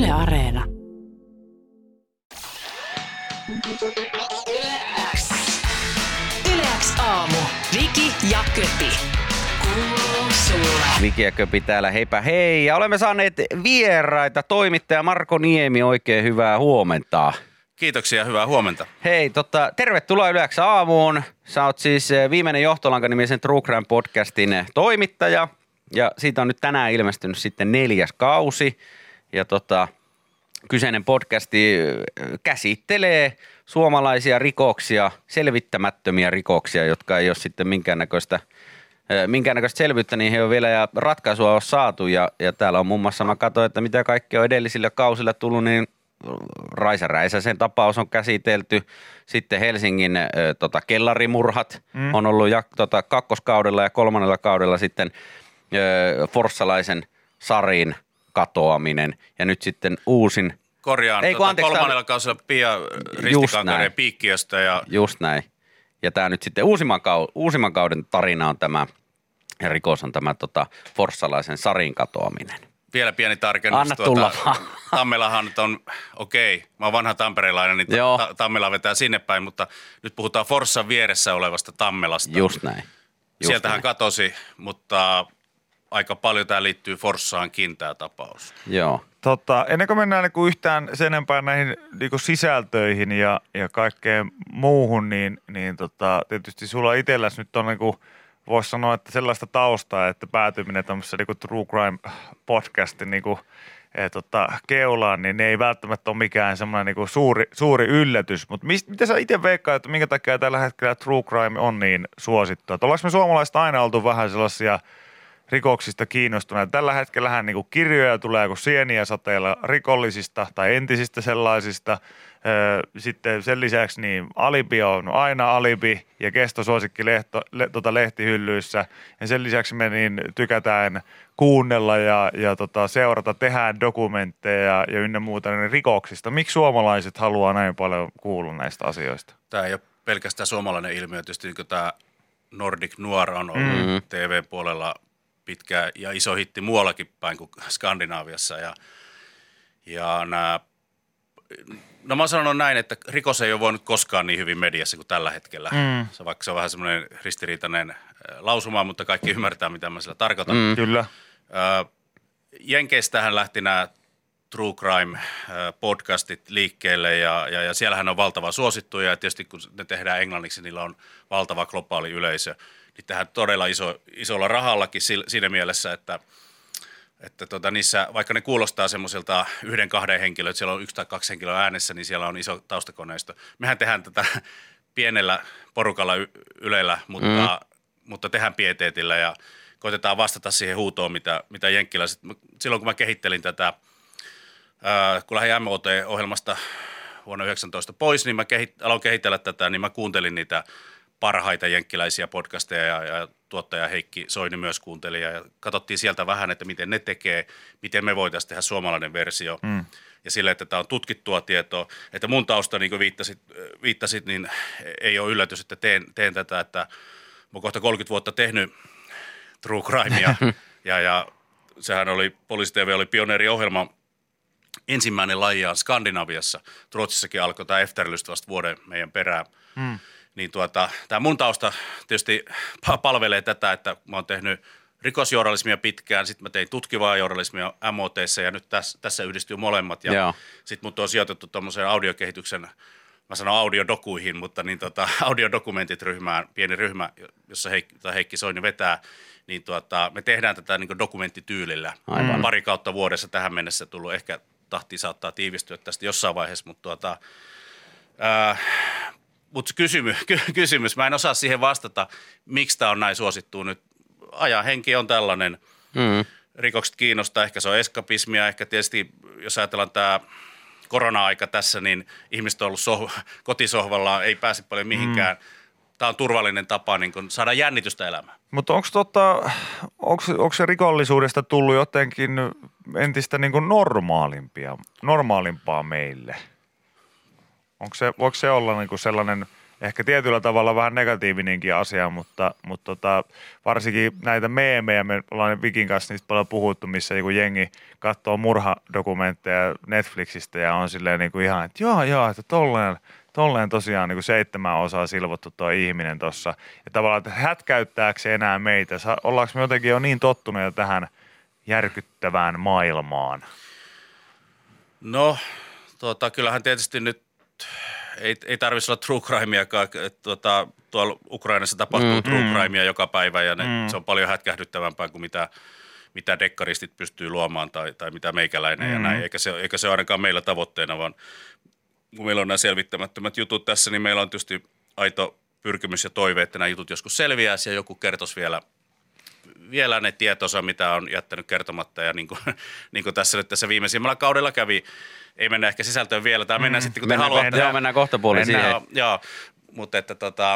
Yle Areena. Yle X aamu. Viki ja Köpi. Kuuluu sulle. Viki ja Köpi täällä, heipä hei. Ja olemme saaneet vieraita. Toimittaja Marko Niemi, oikein hyvää huomenta. Kiitoksia, hyvää huomenta. Hei, tervetuloa Yle X aamuun. Sä oot siis Viimeinen Johtolanka-nimisen True Crime podcastin toimittaja. Ja siitä on nyt tänään ilmestynyt sitten 4. kausi. Ja kyseinen podcasti käsittelee suomalaisia rikoksia, selvittämättömiä rikoksia, jotka ei ole sitten minkäännäköistä selvyyttä niihin on vielä ja ratkaisua on saatu. Ja täällä on muun muassa, mä katsoin, että mitä kaikkea on edellisillä kausilla tullut, niin Raisa Räisäsen tapaus on käsitelty. Sitten Helsingin kellarimurhat on ollut kakkoskaudella ja 3. kaudella sitten forssalaisen Sarin katoaminen. Ja nyt sitten uusin. Korjaan, 3. kausilla Pia Ristikankaiden Piikkiöstä. Just näin. Ja tämä nyt sitten uusimman kauden tarina on tämä, ja rikos on tämä forssalaisen Sarin katoaminen. Vielä pieni tarkennus. Anna tulla Tammelahan nyt on, mä oon vanha tamperelainen, niin Tammela vetää sinne päin, mutta nyt puhutaan Forssan vieressä olevasta Tammelasta. Just näin. Sieltähän katosi, mutta aika paljon tämä liittyy Forssaankin tämä tapaus. Joo. Ennen kuin mennään yhtään sen enempää näihin sisältöihin ja kaikkeen muuhun, niin tietysti sulla itselläsi nyt on voisi sanoa, että sellaista taustaa, että päätyminen tämmöisessä True Crime podcastin keulaan, niin ne ei välttämättä ole mikään semmoinen suuri yllätys. Mutta miten sä itse veikkaat, että minkä takia tällä hetkellä True Crime on niin suosittua? Ollaanko me suomalaiset aina oltu vähän sellaisia rikoksista kiinnostuneita? Tällä hetkellähän kirjoja tulee kuin sieniä sateella rikollisista tai entisistä sellaisista. Sitten sen lisäksi niin alibi on aina alibi ja kestosuosikki lehtihyllyissä. Ja sen lisäksi me niin tykätään kuunnella ja seurata, tehdään dokumentteja ja ynnä muuta niin rikoksista. Miksi suomalaiset haluaa näin paljon kuulla näistä asioista? Tämä ei ole pelkästään suomalainen ilmiö. Tietysti niin tämä Nordic Noir on ollut TV-puolella pitkä ja iso hitti muuallakin päin kuin Skandinaaviassa. Ja nämä, no mä sanon näin, että rikos ei ole voinut koskaan niin hyvin mediassa kuin tällä hetkellä. Vaikka se on vähän semmoinen ristiriitainen lausuma, mutta kaikki ymmärtää, mitä mä sillä tarkoitan. Kyllä. Jenkeistähän lähti nämä True Crime-podcastit liikkeelle ja siellähän on valtava suosittuja ja tietysti kun ne tehdään englanniksi, niillä on valtava globaali yleisö. Niin tehdään todella isolla rahallakin siinä mielessä, että niissä, vaikka ne kuulostaa semmoisilta 1-2 henkilöä, että siellä on 1 tai 2 henkilöä äänessä, niin siellä on iso taustakoneisto. Mehän tehdään tätä pienellä porukalla Ylellä, mutta tehdään pieteetillä ja koitetaan vastata siihen huutoon, mitä jenkkiläiset. Silloin kun mä kehittelin tätä, kun lähdin MOT-ohjelmasta vuonna 19 pois, niin mä aloin kehitellä tätä, niin mä kuuntelin niitä parhaita jenkkiläisiä podcasteja ja tuottaja Heikki Soini myös kuunteli ja katsottiin sieltä vähän, että miten ne tekee, miten me voitaisiin tehdä suomalainen versio ja sille, että tämä on tutkittua tietoa, että mun tausta, niin kuin viittasit, niin ei ole yllätys, että teen tätä, että mä oon kohta 30 vuotta tehnyt True Crimea ja sehän oli, Poliisi TV oli pioneeriohjelma, ensimmäinen lajiaan Skandinaviassa, Ruotsissakin alkoi tämä Efterlyst vasta vuoden meidän perään. Niin tämä mun tausta tietysti palvelee tätä, että mä oon tehnyt rikosjournalismia pitkään, sitten mä tein tutkivaa journalismia MOT:ssa ja nyt tässä yhdistyy molemmat. Ja sitten mut on sijoitettu tuommoiseen audiokehityksen, mä sanon audiodokuihin, mutta niin audiodokumentit ryhmään, pieni ryhmä, jossa Heikki Soini vetää, niin me tehdään tätä niin kuin dokumenttityylillä. Aivan. Pari kautta vuodessa tähän mennessä tullut, ehkä tahti saattaa tiivistyä tästä jossain vaiheessa, mutta mutta kysymys, mä en osaa siihen vastata, miksi tämä on näin suosittu nyt. Ajan henki on tällainen, rikokset kiinnostaa, ehkä se on eskapismia, ehkä tietysti jos ajatellaan tämä korona-aika tässä, niin ihmiset on ollut kotisohvallaan, ei pääse paljon mihinkään. Tämä on turvallinen tapa niin kun saada jännitystä elämään. Mutta onko se rikollisuudesta tullut jotenkin entistä niin kuin normaalimpaa meille? Voiko se olla niin kuin sellainen ehkä tietyllä tavalla vähän negatiivinenkin asia, mutta varsinkin näitä meemejä, me ollaan Vikin kanssa niistä paljon puhuttu, missä joku jengi katsoo murhadokumentteja Netflixistä ja on silleen niin kuin ihan, että joo, että tolleen tosiaan niin kuin 7 osaa silvottu tuo ihminen tuossa. Ja tavallaan, että hätkäyttääkö se enää meitä? Ollaanko me jotenkin jo niin tottuneita tähän järkyttävään maailmaan? No, kyllähän tietysti nyt ei tarvitsisi olla true crimeakaan. Tuolla Ukrainassa tapahtuu true crimea joka päivä ja se on paljon hätkähdyttävämpää kuin mitä dekkaristit pystyy luomaan tai mitä meikäläinen ja näin. Eikä se ole ainakaan meillä tavoitteena, vaan kun meillä on nämä selvittämättömät jutut tässä, niin meillä on tietysti aito pyrkimys ja toive, että nämä jutut joskus selviäisi ja joku kertoisi vielä ne tietonsa, mitä on jättänyt kertomatta. Ja niin kuin tässä viimeisimmällä kaudella kävi, ei mennä ehkä sisältöön vielä, tai mennään sitten kun te haluatte. Joo, mennään kohta puoliin siihen. Joo, mutta että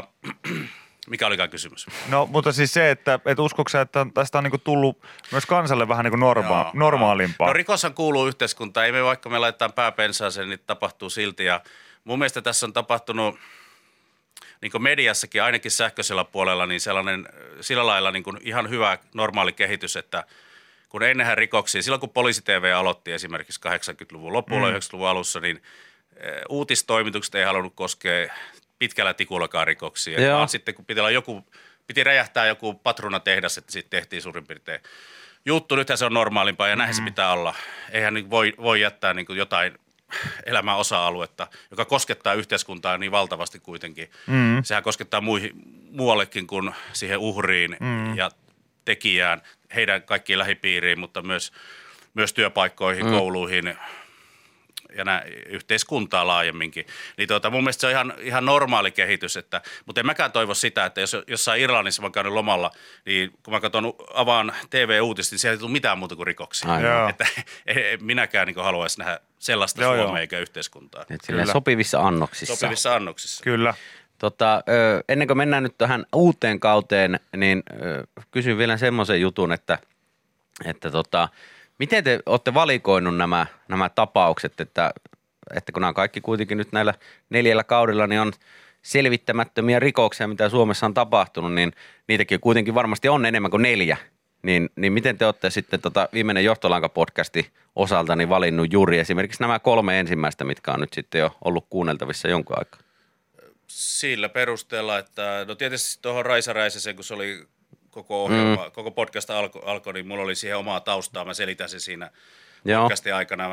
mikä olikaan kysymys? No, mutta siis se, että uskoiko sä, että tästä on niinku tullut myös kansalle vähän niinku normaalimpaa? No rikoshan kuuluu yhteiskuntaan. Ei me vaikka me laitetaan pääpensaaseen, niin tapahtuu silti. Ja mun mielestä tässä on tapahtunut niin kuin mediassakin, ainakin sähköisellä puolella, niin sellainen sillä lailla niin kuin ihan hyvä normaali kehitys, että kun ennenhän rikoksia, silloin kun Poliisi-TV aloitti esimerkiksi 80-luvun lopulla, 90-luvun alussa, niin uutistoimitukset ei halunnut koskea pitkällä tikullakaan rikoksia, vaan sitten kun piti räjähtää joku patruunatehdas, että sitten tehtiin suurin piirtein juttu. Nythän se on normaalimpaa ja näin se pitää olla. Eihän niin voi jättää niin kuin jotain elämän osa-aluetta, joka koskettaa yhteiskuntaa niin valtavasti kuitenkin. Sehän koskettaa muuallekin kuin siihen uhriin ja tekijään, heidän kaikkiin lähipiiriin, mutta myös työpaikkoihin, kouluihin ja yhteiskuntaa laajemminkin. Niin mun mielestä se on ihan normaali kehitys, mutta en mäkään toivo sitä, että jos jossain Irlannissa mä käynyt lomalla, niin kun mä avaan TV-uutista, niin siellä ei tule mitään muuta kuin rikoksia. Että minäkään niin haluaisi nähdä sellaista Suomea eikä yhteiskuntaa. Sopivissa annoksissa. Sopivissa annoksissa. Kyllä. Ennen kuin mennään nyt tähän uuteen kauteen, niin kysyn vielä semmoisen jutun, että miten te olette valikoinut nämä tapaukset, että kun nämä kaikki kuitenkin nyt näillä 4 kaudella niin on selvittämättömiä rikoksia, mitä Suomessa on tapahtunut, niin niitäkin kuitenkin varmasti on enemmän kuin 4. Niin miten te olette sitten viimeinen Johtolanka-podcasti osalta niin valinnut juuri esimerkiksi nämä 3 ensimmäistä, mitkä on nyt sitten jo ollut kuunneltavissa jonkun aikaa? Sillä perusteella, että no tietysti tuohon Raisa Räisäsen, kun se oli koko ohjelma, koko podcast alkoi, niin mulla oli siihen omaa taustaa. Mä selitän sen siinä podcastin aikana.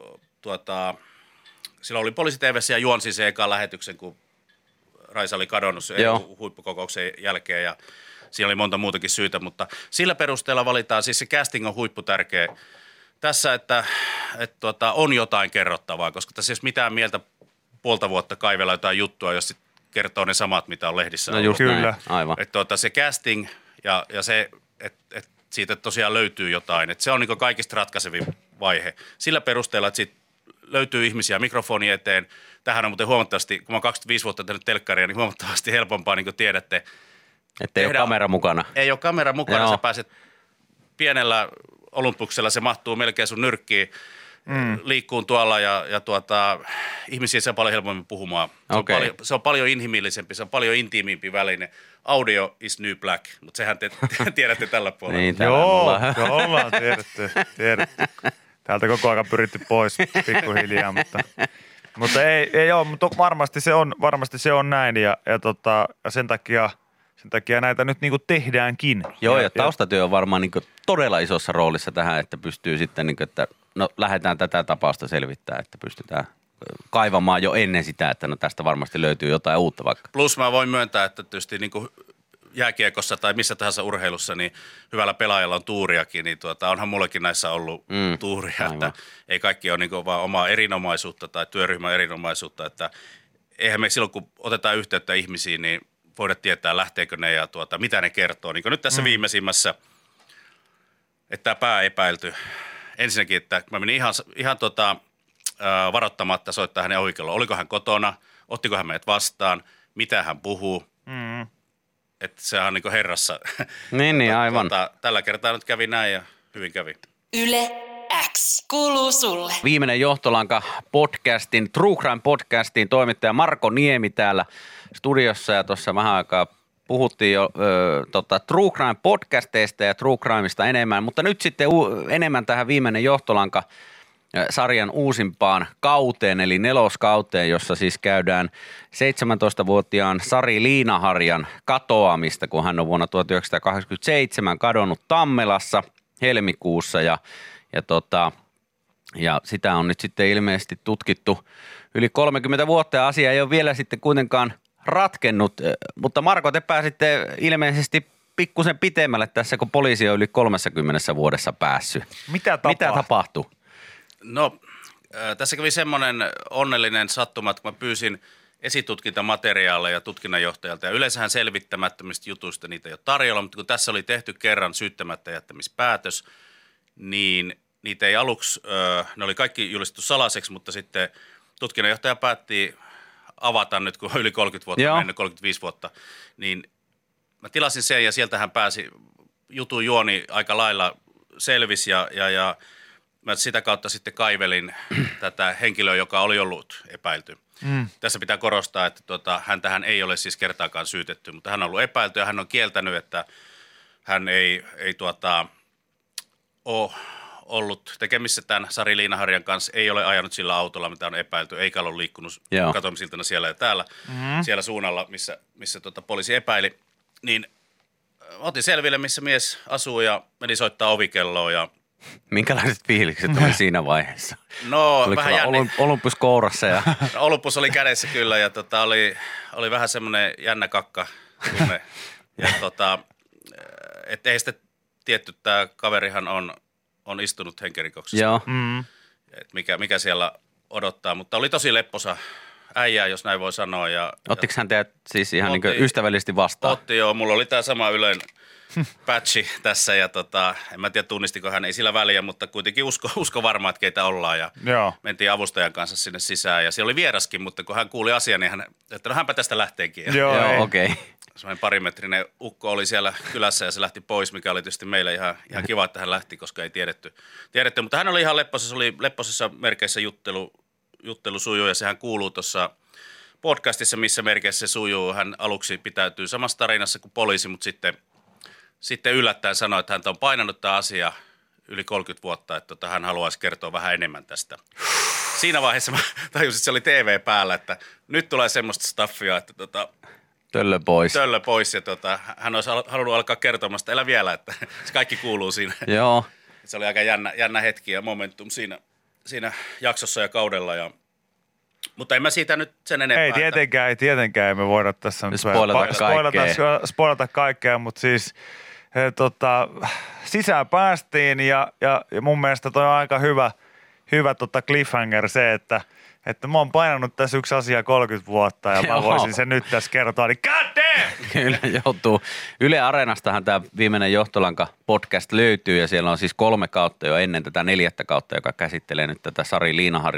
Silloin oli Poliisi-TV:ssä ja juonsin sen ekan lähetyksen, kun Raisa oli kadonnut sen huippukokouksen jälkeen ja siinä oli monta muutakin syytä, mutta sillä perusteella valitaan, siis se casting on huipputärkeä tässä, että on jotain kerrottavaa, koska tässä ei ole mitään mieltä puolta vuotta kaivella jotain juttua, jos sit kertoo ne samat, mitä on lehdissä. No just näin, aivan. Se casting ja se, että siitä tosiaan löytyy jotain, että se on niin kaikista ratkaisevin vaihe. Sillä perusteella, että siitä löytyy ihmisiä mikrofoni eteen. Tähän on muuten huomattavasti, kun mä oon 25 vuotta tehnyt telkkaria, niin huomattavasti helpompaa, niin kuin tiedätte. Että ei ole kamera mukana. Ei ole kamera mukana, sä pääset pienellä olympuksella, se mahtuu melkein sun nyrkkiin. Liikkuun tuolla ja ihmisiä saa paljon helpommin puhumaan. Se on paljon inhimillisempi, se on paljon intiimimpi väline. Audio is new black, mutta sehän te tiedätte tällä puolella. Niin, ollaan tiedetty. Täältä koko ajan pyritty pois pikkuhiljaa, mutta ei ole, mutta varmasti se on näin ja sen takia näitä nyt niinku tehdäänkin. Joo, ja taustatyö on varmaan niinku todella isossa roolissa tähän, että pystyy sitten, niinku, että lähdetään tätä tapausta selvittämään, että pystytään kaivamaan jo ennen sitä, että tästä varmasti löytyy jotain uutta vaikka. Plus mä voin myöntää, että tietysti niin kuin jääkiekossa tai missä tahansa urheilussa, niin hyvällä pelaajalla on tuuriakin, niin onhan mullekin näissä ollut tuuria, aivan. Että ei kaikki ole niin kuin vaan omaa erinomaisuutta tai työryhmän erinomaisuutta, että eihän me silloin, kun otetaan yhteyttä ihmisiin, niin voida tietää, lähteekö ne ja mitä ne kertoo. Niin kuin nyt tässä viimeisimmässä, että tämä pääepäilty, ensinnäkin, että mä menin ihan varoittamatta soittaa hänen ohikelloon. Oliko hän kotona? Ottiko hän meidät vastaan? Mitä hän puhuu? Että sehän on niin kuin herrassa. Niin, aivan. Tällä kertaa nyt kävi näin ja hyvin kävi. Yle X kuuluu sulle. Viimeinen Johtolanka podcastin, True Crime podcastin toimittaja Marko Niemi täällä studiossa ja tuossa vähän aikaa puhuttiin jo True Crime podcasteista ja True Crimeista enemmän, mutta nyt sitten enemmän tähän Viimeinen Johtolanka sarjan uusimpaan kauteen, eli neloskauteen, jossa siis käydään 17-vuotiaan Sari Liinaharjan katoamista, kun hän on vuonna 1987 kadonnut Tammelassa helmikuussa ja sitä on nyt sitten ilmeisesti tutkittu yli 30 vuotta ja asia ei ole vielä sitten kuitenkaan ratkennut, mutta Marko, te pääsitte ilmeisesti pikkusen pitemmälle tässä, kun poliisi on yli 30 vuodessa päässyt. Mitä tapahtui? No, tässä kävi semmoinen onnellinen sattuma, että kun mä pyysin esitutkintamateriaaleja tutkinnanjohtajalta ja yleensähän selvittämättömistä jutuista niitä ei ole tarjolla, mutta kun tässä oli tehty kerran syyttämättä jättämispäätös, niin niitä ei aluksi, ne oli kaikki julistettu salaiseksi, mutta sitten tutkinnanjohtaja päätti avata nyt, kun yli 30 vuotta mennyt, 35 vuotta, niin mä tilasin sen ja sieltähän pääsi jutun juoni aika lailla selvisi ja mä sitä kautta sitten kaivelin tätä henkilöä, joka oli ollut epäilty. Tässä pitää korostaa, että häntähän ei ole siis kertaakaan syytetty, mutta hän on ollut epäilty ja hän on kieltänyt, että hän ei ole ollut tekemissä tämän Sari Liinaharjan kanssa, ei ole ajanut sillä autolla, mitä on epäilty, eikä ole liikkunut katoamisiltana siellä ja täällä, siellä suunnalla, missä poliisi epäili. Niin otin selville, missä mies asuu ja meni soittaa ovikelloa ja minkälaiset fiilikset oli siinä vaiheessa? No, oliko vähän jännä. Olympus kourassa? Ja no, Olympus oli kädessä kyllä ja oli vähän semmoinen jännä kakka tunne. Ja et ei sitten tietty, tämä kaverihan on istunut henkirikoksessa. Joo. Et mikä siellä odottaa, mutta oli tosi lepposa äijää, jos näin voi sanoa. Ottiko hän teidät siis ihan niin ystävällisesti vastaan? Otti joo, mulla oli tämä sama Ylen patchi tässä ja en mä tiedä tunnistiko hän, ei sillä väliä, mutta kuitenkin usko varmaan, että keitä ollaan ja mentiin avustajan kanssa sinne sisään ja siellä oli vieraskin, mutta kun hän kuuli asian, niin että no hänpä tästä lähteekin. Joo, okei. Semmoinen parimetrinen ukko oli siellä kylässä ja se lähti pois, mikä oli tietysti meille ihan kiva, että hän lähti, koska ei tiedetty. Mutta hän oli ihan lepposessa merkeissä juttelu sujuu ja sehän kuuluu tuossa podcastissa, missä merkeissä se sujuu. Hän aluksi pitäytyy samassa tarinassa kuin poliisi, mutta sitten yllättäen sanoi, että häntä on painanut tämä asia yli 30 vuotta, että hän haluaisi kertoa vähän enemmän tästä. Siinä vaiheessa mä tajusin, että se oli TV päällä, että nyt tulee semmoista staffia, että Töllö pois ja hän olisi halunnut alkaa kertomaan sitä, elä vielä, että se kaikki kuuluu siinä. Joo. Se oli aika jännä hetki ja momentum siinä jaksossa ja kaudella. Mutta en mä siitä nyt sen enempää. Ei tietenkään, emme voida tässä nyt spoilata kaikkea, mutta siis sisään päästiin ja mun mielestä toi on aika hyvä cliffhanger se, että mä oon painanut tässä yksi asia 30 vuotta ja mä voisin sen nyt tässä kertoa, niin god damn! Kyllä joutuu. Yle Areenastahan tämä Viimeinen Johtolanka podcast löytyy ja siellä on siis 3 kautta jo ennen tätä 4. kautta, joka käsittelee nyt tätä Sari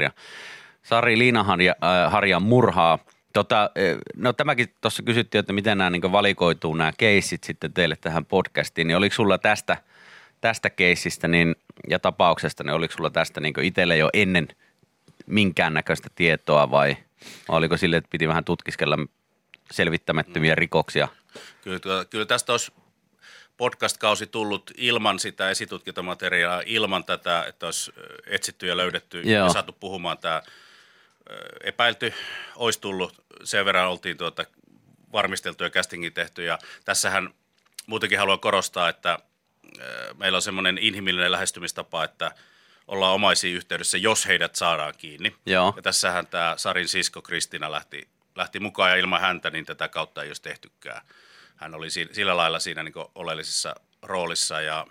Liinaharjan murhaa. No tämäkin tuossa kysyttiin, että miten nämä niin valikoituu nämä keissit sitten teille tähän podcastiin, niin oliko sulla tästä keissistä ja tapauksesta, niin oliko sulla tästä niin itselle jo ennen minkäännäköistä tietoa vai oliko sille, että piti vähän tutkiskella selvittämättömiä rikoksia? Kyllä tästä olisi podcast-kausi tullut ilman sitä esitutkintamateriaalia, ilman tätä, että olisi etsitty ja löydetty ja saatu puhumaan tämä epäilty olisi tullut. Sen verran oltiin varmisteltu ja castingin tehty ja tässähän muutenkin haluan korostaa, että meillä on semmoinen inhimillinen lähestymistapa, että ollaan omaisiin yhteydessä, jos heidät saadaan kiinni. Joo. Ja tässähän tämä Sarin sisko Kristiina lähti mukaan ja ilman häntä niin tätä kautta ei olisi tehtykään. Hän oli sillä lailla siinä niin oleellisessa roolissa ja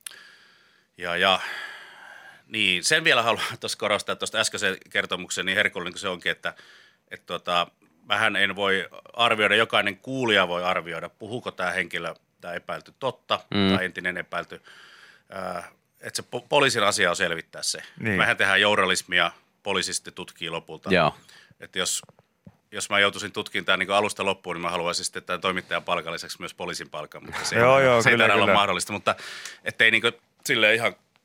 niin, sen vielä haluan tuossa korostaa tuosta äskeisen kertomuksen niin herkullinen kuin se onkin, että mähän en voi arvioida, jokainen kuulija voi arvioida, puhuuko tämä henkilö, tämä epäilty totta tai entinen epäilty. Että se poliisin asia on selvittää se. Niin. Mehän tehdään journalismia, poliisi sitten tutkii lopulta. Joo. Että jos mä joutuisin tutkimaan tämän niin alusta loppuun, niin mä haluaisin sitten tämän toimittajan palkalliseksi myös poliisin palkan, mutta se ei taida olla mahdollista. Mutta ettei niin silleen ihan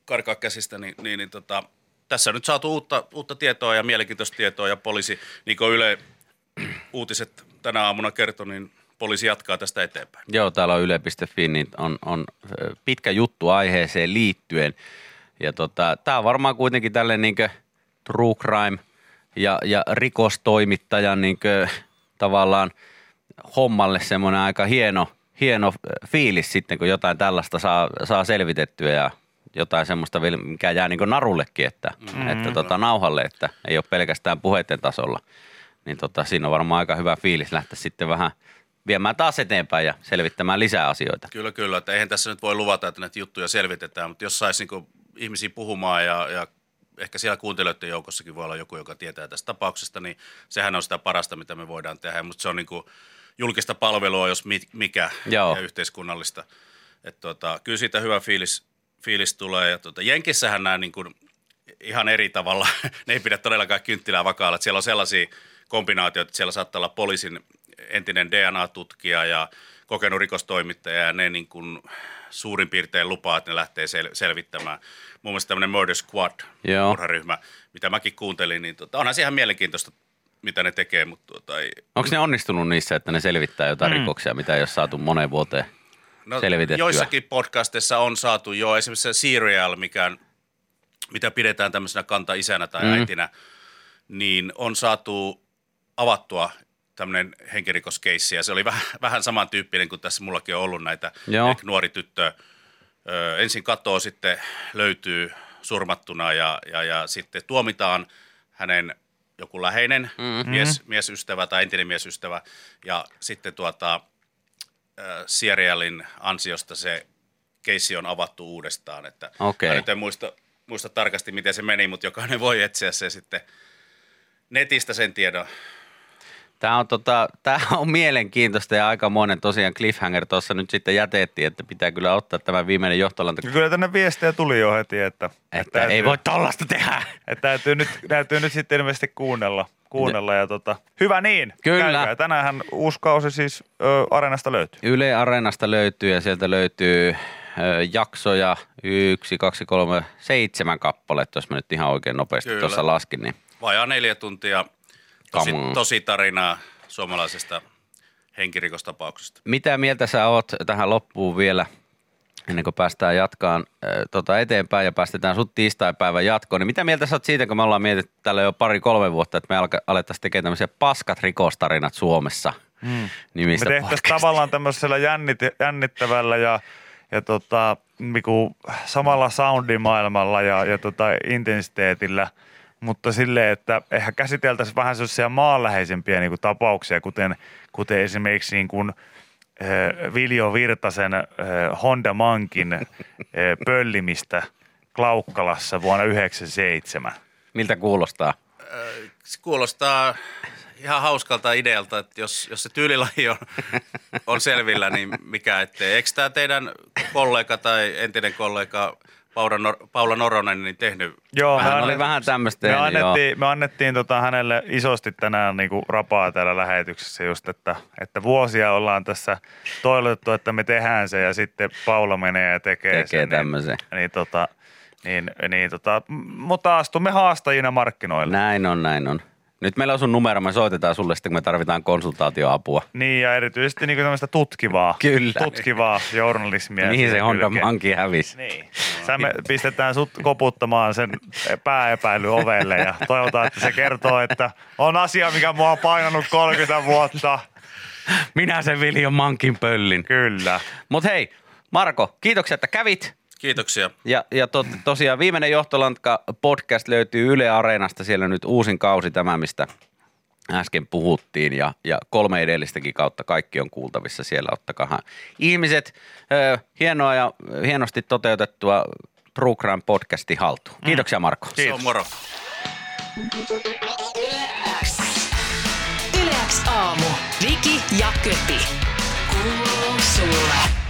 karkaa käsistä, niin tässä on nyt saatu uutta tietoa ja mielenkiintoista tietoa ja poliisi, niin kuin Yle uutiset tänä aamuna kertoi, niin poliisi jatkaa tästä eteenpäin. Joo, täällä on yle.fi, niin on pitkä juttu aiheeseen liittyen. Ja tämä on varmaan kuitenkin tälle niinkö true crime ja rikostoimittajan niinkö tavallaan hommalle semmoinen aika hieno fiilis sitten, kun jotain tällaista saa selvitettyä ja jotain semmoista, mikä jää niin kuin narullekin, että nauhalle, että ei ole pelkästään puheiden tasolla. Niin siinä on varmaan aika hyvä fiilis lähteä sitten vähän viemään taas eteenpäin ja selvittämään lisää asioita. Kyllä, että eihän tässä nyt voi luvata, että näitä juttuja selvitetään, mutta jos saisi niin ihmisiä puhumaan ja ehkä siellä kuuntelijoiden joukossakin voi olla joku, joka tietää tästä tapauksesta, niin sehän on sitä parasta, mitä me voidaan tehdä, mutta se on niin kuin julkista palvelua, jos mikä, ja yhteiskunnallista. Että kyllä siitä hyvä fiilis tulee. Ja Jenkissähän nämä niin kuin ihan eri tavalla, ne ei pidä todellakaan kynttilää vakaalla. Että siellä on sellaisia kombinaatioita, että siellä saattaa olla poliisin entinen DNA-tutkija ja kokenut rikostoimittaja, ja ne niin kuin suurin piirtein lupaa, että ne lähtee selvittämään. Muun muassa tämmöinen Murder Squad, murharyhmä, mitä mäkin kuuntelin, niin onhan se ihan mielenkiintoista, mitä ne tekee, mutta Onko ne onnistunut niissä, että ne selvittää jotain rikoksia, mitä ei ole saatu moneen vuoteen selvitettyä? Joissakin podcasteissa on saatu jo, esimerkiksi se Serial, mitä pidetään tämmöisenä kanta-isänä tai äitinä, niin on saatu avattua tämmöinen henkirikoskeissi, ja se oli vähän samantyyppinen kuin tässä mullakin on ollut näitä. Nuori tyttö ensin katoo, sitten löytyy surmattuna ja sitten tuomitaan hänen joku läheinen miesystävä tai entinen miesystävä, ja sitten Serialin ansiosta se keissi on avattu uudestaan. Että mä nyt en muista tarkasti, miten se meni, mutta jokainen voi etsiä se sitten netistä sen tiedon. Tämä on mielenkiintoista ja aika monen tosiaan cliffhanger tuossa nyt sitten jätettiin, että pitää kyllä ottaa tämä viimeinen johtolanta. Kyllä tänne viestejä tuli jo heti, että ei voi tollaista tehdä. Että täytyy nyt sitten ilmeisesti kuunnella ja hyvä niin. Kyllä. Käykää. Tänäänhän uusi kausi siis Areenasta löytyy. Yle Areenasta löytyy ja sieltä löytyy jaksoja 1, 2, 3, 7 kappaletta, jos mä nyt ihan oikein nopeasti tuossa laskin. Niin. Vajaa 4 tuntia. Tosi tarinaa suomalaisesta henkirikostapauksesta. Mitä mieltä sä oot tähän loppuun vielä, ennen kuin päästään jatkaan eteenpäin ja päästetään sut tiistaipäivän jatkoon, niin mitä mieltä sä oot siitä, kun me ollaan mietitty tällä jo 2-3 vuotta, että me alettaisiin tekemään tämmöisiä paskat rikostarinat Suomessa nimistä me tehtäisiin tavallaan tämmöisellä jännittävällä ja samalla soundimaailmalla ja intensiteetillä, mutta silleen, että eihän käsiteltäisiin vähän sellaisia maanläheisempiä niin kuin tapauksia, kuten esimerkiksi niin kuin Viljo Virtasen Honda Mankin pöllimistä Klaukkalassa vuonna 1997. Miltä kuulostaa? Se kuulostaa ihan hauskalta idealta, että jos se tyylilaji on selvillä, niin mikä ettei. Eikö tämä teidän kollega tai entinen kollega Paula Noronen niin tehnyt? Joo, hän oli vähän tämmöistä. Me annettiin hänelle isosti tänään niin kuin rapaa täällä lähetyksessä just, että vuosia ollaan tässä toivotettu, että me tehdään se ja sitten Paula menee ja tekee sen. Tämmöisen. Mutta astumme haastajina markkinoille. Näin on. Nyt meillä on sun numero, me soitetaan sulle sitten, kun me tarvitaan konsultaatioapua. Niin, ja erityisesti niin tämmöistä tutkivaa journalismia. Mihin se Honda Manki hävisi. Niin. Me pistetään sut koputtamaan sen pääepäily ovelle ja toivotaan, että se kertoo, että on asia, mikä mua on painanut 30 vuotta. Minä sen Viljon Mankin pöllin. Kyllä. Mut hei, Marko, kiitoksia, että kävit. Kiitoksia. Ja tosiaan viimeinen Johtolantka-podcast löytyy Yle Areenasta. Siellä nyt uusin kausi tämä, mistä äsken puhuttiin. Ja 3 edellistäkin kautta kaikki on kuultavissa siellä. Ottakaa ihmiset hienoa ja hienosti toteutettua True Crime podcasti haltuun. Kiitoksia Marko. Se on moro. Yle X aamu. Viki ja Köpi. Kuuluu sulle.